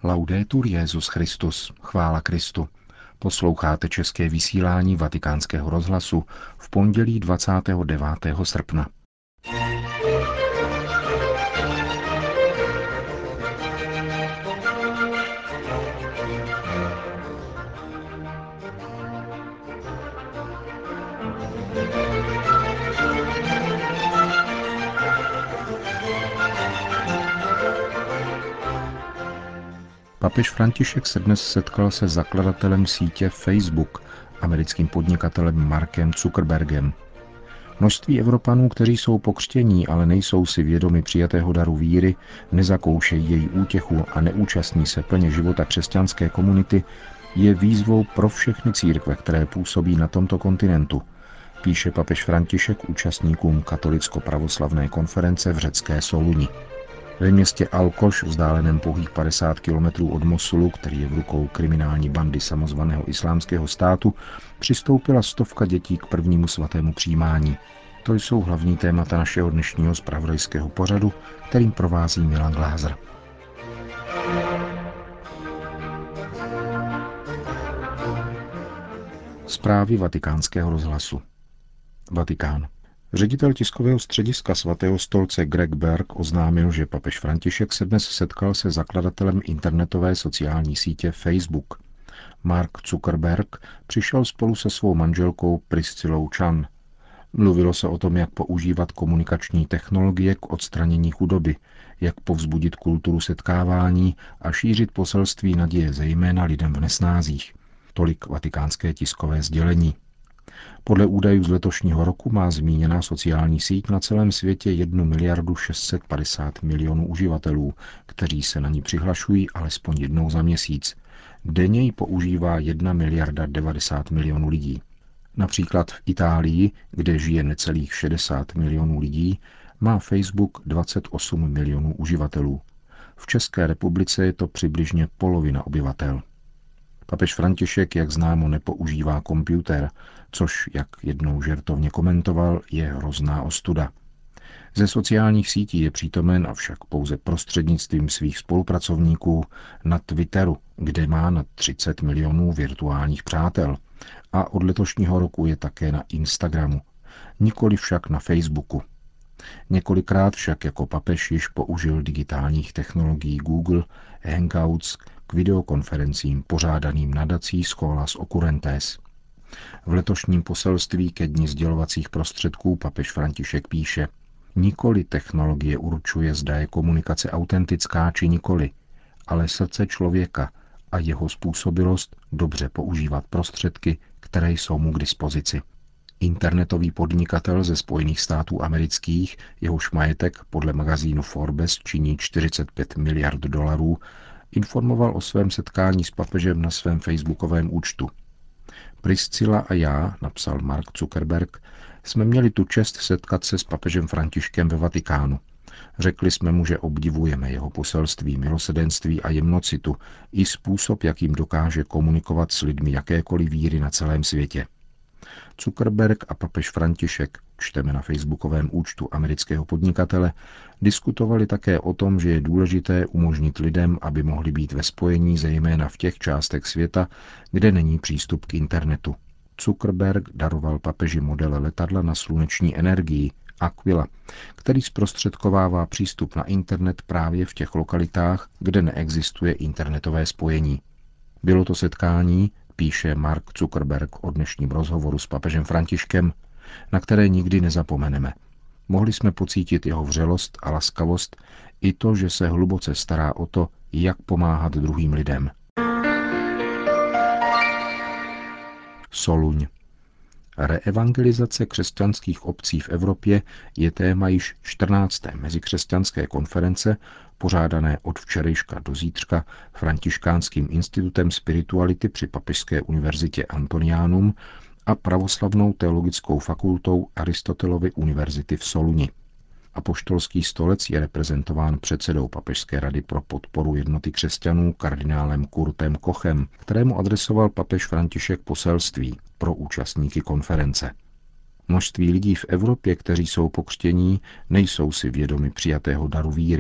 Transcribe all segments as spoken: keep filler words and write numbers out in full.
Laudetur Jesus Christus, chvála Kristu. Posloucháte české vysílání Vatikánského rozhlasu v pondělí dvacátého devátého srpna. Papež František se dnes setkal se zakladatelem sítě Facebook, americkým podnikatelem Markem Zuckerbergem. Množství Evropanů, kteří jsou pokřtění, ale nejsou si vědomi přijatého daru víry, nezakoušejí její útěchu a neúčastní se plně života křesťanské komunity, je výzvou pro všechny církve, které působí na tomto kontinentu, píše papež František účastníkům katolicko-pravoslavné konference v řecké Soluni. Ve městě Alkoš, vzdáleném pouhých padesát kilometrů od Mosulu, který je v rukou kriminální bandy samozvaného Islámského státu, přistoupila stovka dětí k prvnímu svatému přijímání. To jsou hlavní témata našeho dnešního zpravodajského pořadu, kterým provází Milan Glázer. Zprávy Vatikánského rozhlasu. Vatikán. Ředitel tiskového střediska svatého stolce Greg Berg oznámil, že papež František se dnes setkal se zakladatelem internetové sociální sítě Facebook. Mark Zuckerberg přišel spolu se svou manželkou Priscilou Chan. Mluvilo se o tom, jak používat komunikační technologie k odstranění chudoby, jak povzbudit kulturu setkávání a šířit poselství naděje zejména lidem v nesnázích. Tolik vatikánské tiskové sdělení. Podle údajů z letošního roku má zmíněná sociální síť na celém světě jednu miliardu šest set padesát milionů uživatelů, kteří se na ní přihlašují alespoň jednou za měsíc. Denně ji používá jedna miliarda devadesát milionů lidí. Například v Itálii, kde žije necelých šedesát milionů lidí, má Facebook dvacet osm milionů uživatelů. V České republice je to přibližně polovina obyvatel. Papež František, jak známo, nepoužívá počítač, což, jak jednou žertovně komentoval, je hrozná ostuda. Ze sociálních sítí je přítomen, avšak pouze prostřednictvím svých spolupracovníků, na Twitteru, kde má na třicet milionů virtuálních přátel, a od letošního roku je také na Instagramu, nikoli však na Facebooku. Několikrát však jako papež již použil digitálních technologií Google, Hangouts k videokonferencím pořádaným nadací Scholas Occurrentes. V letošním poselství ke dni sdělovacích prostředků papež František píše: nikoli technologie určuje, zda je komunikace autentická či nikoli, ale srdce člověka a jeho způsobilost dobře používat prostředky, které jsou mu k dispozici. Internetový podnikatel ze Spojených států amerických, jehož majetek podle magazínu Forbes činí čtyřicet pět miliard dolarů, informoval o svém setkání s papežem na svém facebookovém účtu. Priscila a já, napsal Mark Zuckerberg, jsme měli tu čest setkat se s papežem Františkem ve Vatikánu. Řekli jsme mu, že obdivujeme jeho poselství, milosrdenství a jemnocitu i způsob, jakým dokáže komunikovat s lidmi jakékoliv víry na celém světě. Zuckerberg a papež František, čteme na facebookovém účtu amerického podnikatele, diskutovali také o tom, že je důležité umožnit lidem, aby mohli být ve spojení zejména v těch částech světa, kde není přístup k internetu. Zuckerberg daroval papeži model letadla na sluneční energii Aquila, který zprostředkovává přístup na internet právě v těch lokalitách, kde neexistuje internetové spojení. Bylo to setkání, píše Mark Zuckerberg o dnešním rozhovoru s papežem Františkem, na které nikdy nezapomeneme. Mohli jsme pocítit jeho vřelost a laskavost i to, že se hluboce stará o to, jak pomáhat druhým lidem. Soluň. Reevangelizace křesťanských obcí v Evropě je téma již čtrnácté mezikřesťanské konference, pořádané od včerejška do zítřka Františkánským institutem spirituality při Papežské univerzitě Antonianum a pravoslavnou teologickou fakultou Aristotelovy univerzity v Soluni. Apoštolský stolec je reprezentován předsedou Papežské rady pro podporu jednoty křesťanů kardinálem Kurtem Kochem, kterému adresoval papež František poselství pro účastníky konference. Množství lidí v Evropě, kteří jsou pokřtění, nejsou si vědomi přijatého daru víry,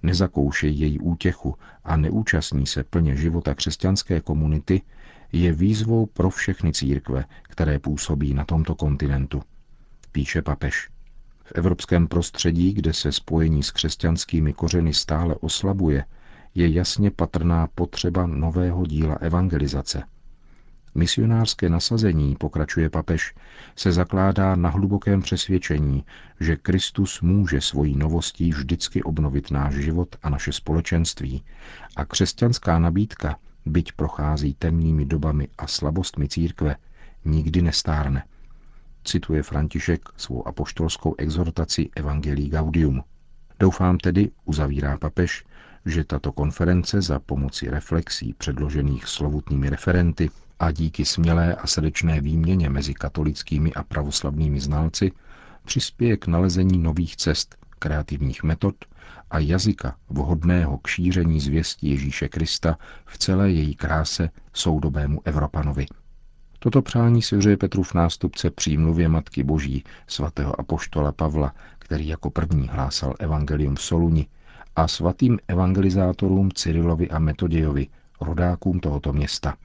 nezakoušejí její útěchu a neúčastní se plně života křesťanské komunity, je výzvou pro všechny církve, které působí na tomto kontinentu. Píše papež. V evropském prostředí, kde se spojení s křesťanskými kořeny stále oslabuje, je jasně patrná potřeba nového díla evangelizace. Misionářské nasazení, pokračuje papež, se zakládá na hlubokém přesvědčení, že Kristus může svojí novostí vždycky obnovit náš život a naše společenství a křesťanská nabídka, byť prochází temnými dobami a slabostmi církve, nikdy nestárne. Cituje František svou apoštolskou exhortaci Evangelii Gaudium. Doufám tedy, uzavírá papež, že tato konference za pomoci reflexí předložených slovutnými referenty a díky smělé a srdečné výměně mezi katolickými a pravoslavnými znalci přispěje k nalezení nových cest, kreativních metod a jazyka vhodného k šíření zvěsti Ježíše Krista v celé její kráse soudobému Evropanovi. Toto přání si vřeje Petrův nástupce přímluvě Matky Boží, svatého apoštola Pavla, který jako první hlásal evangelium v Soluni, a svatým evangelizátorům Cyrilovi a Metodějovi, rodákům tohoto města.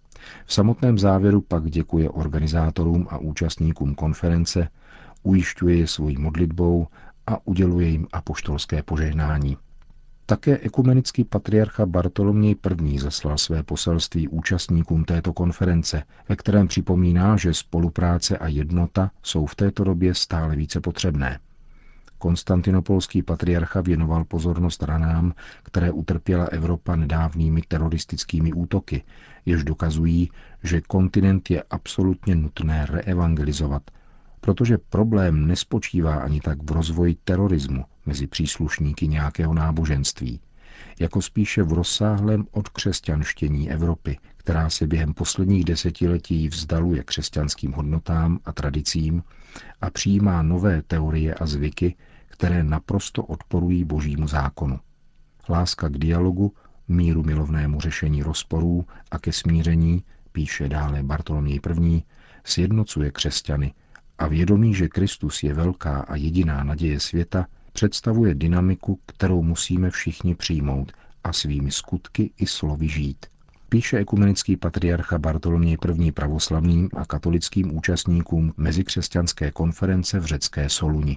V samotném závěru pak děkuje organizátorům a účastníkům konference, ujišťuje je svojí modlitbou a uděluje jim apoštolské požehnání. Také ekumenický patriarcha Bartoloměj I. zaslal své poselství účastníkům této konference, ve kterém připomíná, že spolupráce a jednota jsou v této době stále více potřebné. Konstantinopolský patriarcha věnoval pozornost ranám, které utrpěla Evropa nedávnými teroristickými útoky, jež dokazují, že kontinent je absolutně nutné reevangelizovat, protože problém nespočívá ani tak v rozvoji terorismu mezi příslušníky nějakého náboženství, jako spíše v rozsáhlém odkřesťanštění Evropy, která se během posledních desetiletí vzdaluje křesťanským hodnotám a tradicím a přijímá nové teorie a zvyky, které naprosto odporují božímu zákonu. Láska k dialogu, míru milovnému řešení rozporů a ke smíření, píše dále Bartoloměj I., sjednocuje křesťany a vědomí, že Kristus je velká a jediná naděje světa, představuje dynamiku, kterou musíme všichni přijmout a svými skutky i slovy žít. Píše ekumenický patriarcha Bartoloměj I. pravoslavným a katolickým účastníkům mezikřesťanské konference v řecké Soluni.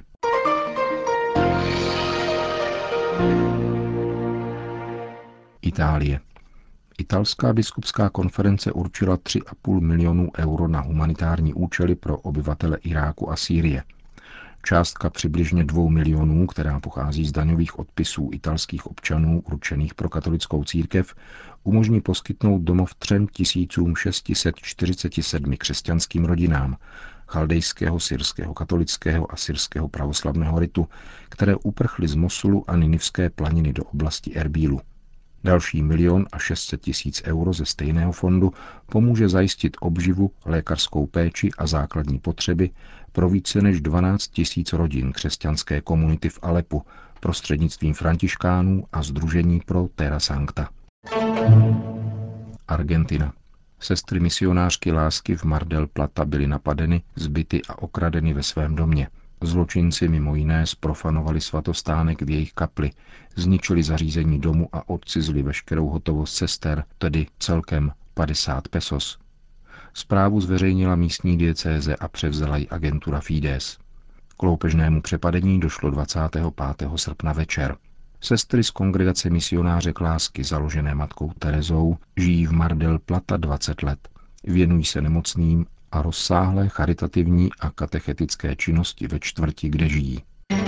Itálie. Italská biskupská konference určila tři a půl milionu euro na humanitární účely pro obyvatele Iráku a Sýrie. Částka přibližně dvou milionů, která pochází z daňových odpisů italských občanů určených pro katolickou církev, umožní poskytnout domov třem tisícům šesti set čtyřiceti sedmi křesťanským rodinám chaldejského, syrského katolického a syrského pravoslavného ritu, které uprchly z Mosulu a Ninivské planiny do oblasti Erbílu. Další milion a šest set tisíc euro ze stejného fondu pomůže zajistit obživu, lékařskou péči a základní potřeby pro více než dvanáct tisíc rodin křesťanské komunity v Alepu prostřednictvím františkánů a Sdružení pro Terra Sancta. Argentina. Sestry misionářky lásky v Mar del Plata byly napadeny, zbity a okradeny ve svém domě. Zločinci mimo jiné zprofanovali svatostánek v jejich kapli, zničili zařízení domu a odcizli veškerou hotovost sester, tedy celkem padesát pesos. Zprávu zveřejnila místní diecéze a převzala ji agentura Fides. K loupežnému přepadení došlo dvacátého pátého srpna večer. Sestry z kongregace misionářek lásky, založené matkou Terezou, žijí v Mar del Plata dvacet let. Věnují se nemocným a rozsáhlé charitativní a katechetické činnosti ve čtvrti, kde žijí.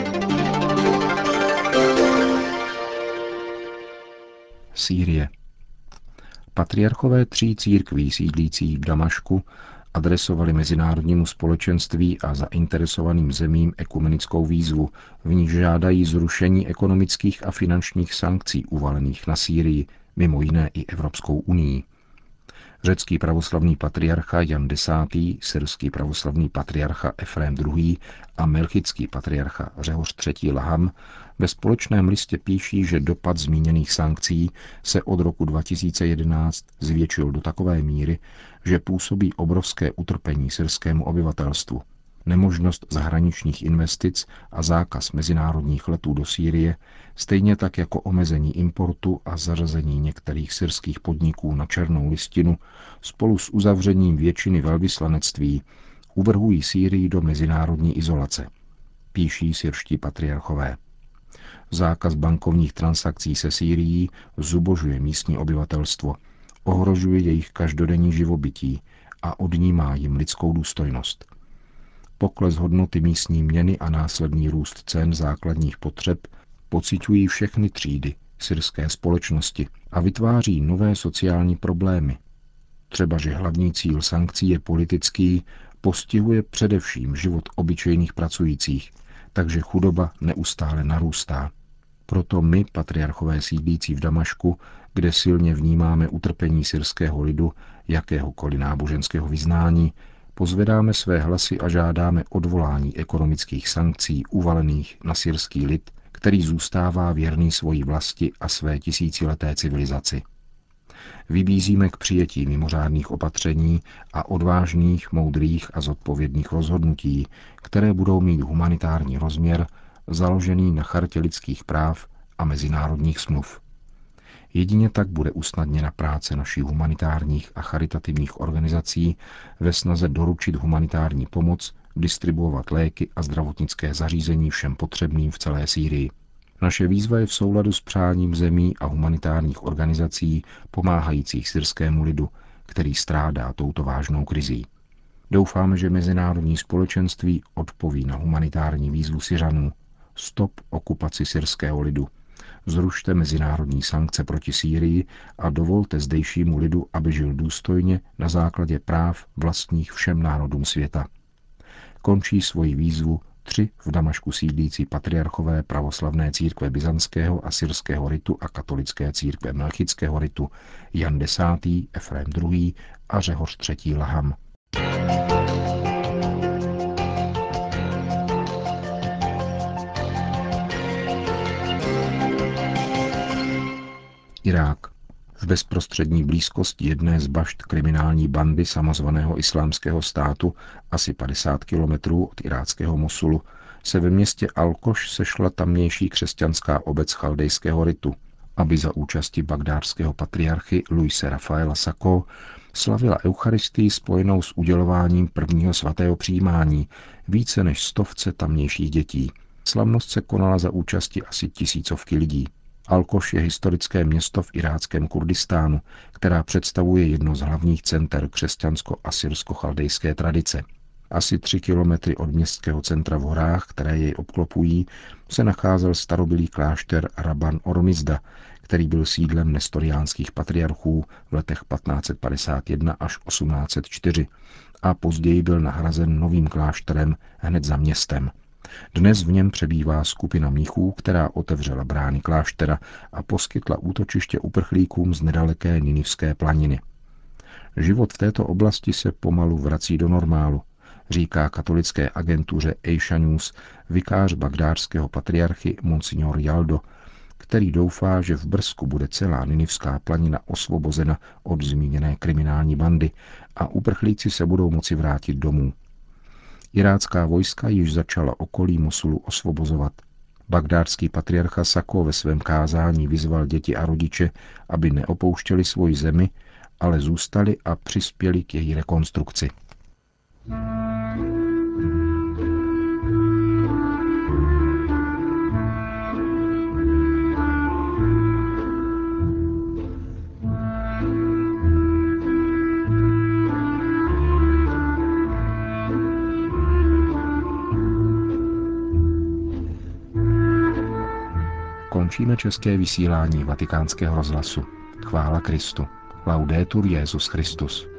Sýrie. Patriarchové tří církví sídlících v Damašku adresovali mezinárodnímu společenství a zainteresovaným zemím ekumenickou výzvu, v níž žádají zrušení ekonomických a finančních sankcí uvalených na Sýrii, mimo jiné i Evropskou unii. Řecký pravoslavný patriarcha Jan Desátý, syrský pravoslavný patriarcha Efrém druhý. A melchický patriarcha Řehoř třetí. Laham ve společném listě píší, že dopad zmíněných sankcí se od roku dva tisíce jedenáct zvětšil do takové míry, že působí obrovské utrpení syrskému obyvatelstvu. nemožnost zahraničních investic a zákaz mezinárodních letů do Sýrie, stejně tak jako omezení importu a zařazení některých syrských podniků na černou listinu spolu s uzavřením většiny velvyslanectví uvrhují Sýrii do mezinárodní izolace, píší syrští patriarchové. Zákaz bankovních transakcí se Sýrií zubožuje místní obyvatelstvo, ohrožuje jejich každodenní živobytí a odnímá jim lidskou důstojnost. Pokles hodnoty místní měny a následný růst cen základních potřeb pociťují všechny třídy syrské společnosti a vytváří nové sociální problémy. Třeba, že hlavní cíl sankcí je politický, postihuje především život obyčejných pracujících, takže chudoba neustále narůstá. Proto my, patriarchové sídlící v Damašku, kde silně vnímáme utrpení syrského lidu, jakéhokoliv náboženského vyznání, pozvedáme své hlasy a žádáme odvolání ekonomických sankcí uvalených na syrský lid, který zůstává věrný svojí vlasti a své tisícileté civilizaci. Vybízíme k přijetí mimořádných opatření a odvážných, moudrých a zodpovědných rozhodnutí, které budou mít humanitární rozměr, založený na chartě lidských práv a mezinárodních smluv. Jedině tak bude usnadněna práce našich humanitárních a charitativních organizací ve snaze doručit humanitární pomoc, distribuovat léky a zdravotnické zařízení všem potřebným v celé Sýrii. Naše výzva je v souladu s přáním zemí a humanitárních organizací pomáhajících syrskému lidu, který strádá touto vážnou krizí. Doufáme, že mezinárodní společenství odpoví na humanitární výzvu Syřanů. Stop okupaci syrského lidu. Zrušte mezinárodní sankce proti Sýrii a dovolte zdejšímu lidu, aby žil důstojně na základě práv vlastních všem národům světa. Končí svoji výzvu tři v Damašku sídlící patriarchové pravoslavné církve byzantského a syrského ritu a katolické církve melchického ritu Jan desátý, Efrém druhý a Řehoř třetí Laham. Irák. V bezprostřední blízkosti jedné z bašt kriminální bandy samozvaného Islámského státu, asi padesát kilometrů od iráckého Mosulu, se ve městě Al-Koš sešla tamnější křesťanská obec chaldejského ritu, aby za účasti bagdádského patriarchy Luise Rafaela Sako slavila eucharistii spojenou s udělováním prvního svatého přijímání více než stovce tamnějších dětí. Slavnost se konala za účasti asi tisícovky lidí. Al-Koš je historické město v iráckém Kurdistánu, která představuje jedno z hlavních center křesťansko-asyrsko-chaldejské tradice. Asi tři kilometry od městského centra v horách, které jej obklopují, se nacházel starobylý klášter Rabban Ormizda, který byl sídlem nestoriánských patriarchů v letech patnáct padesát jedna až osmnáct set čtyři a později byl nahrazen novým klášterem hned za městem. Dnes v něm přebývá skupina mnichů, která otevřela brány kláštera a poskytla útočiště uprchlíkům z nedaleké Ninivské planiny. Život v této oblasti se pomalu vrací do normálu, říká katolické agentuře Asia News vikář bagdádského patriarchy Monsignor Jaldo, který doufá, že v brzku bude celá Ninivská planina osvobozena od zmíněné kriminální bandy a uprchlíci se budou moci vrátit domů. Irácká vojska již začala okolí Mosulu osvobozovat. Bagdádský patriarcha Sako ve svém kázání vyzval děti a rodiče, aby neopouštěli svoji zemi, ale zůstali a přispěli k její rekonstrukci. Končíme české vysílání Vatikánského rozhlasu. Chvála Kristu. Laudetur Jesus Christus.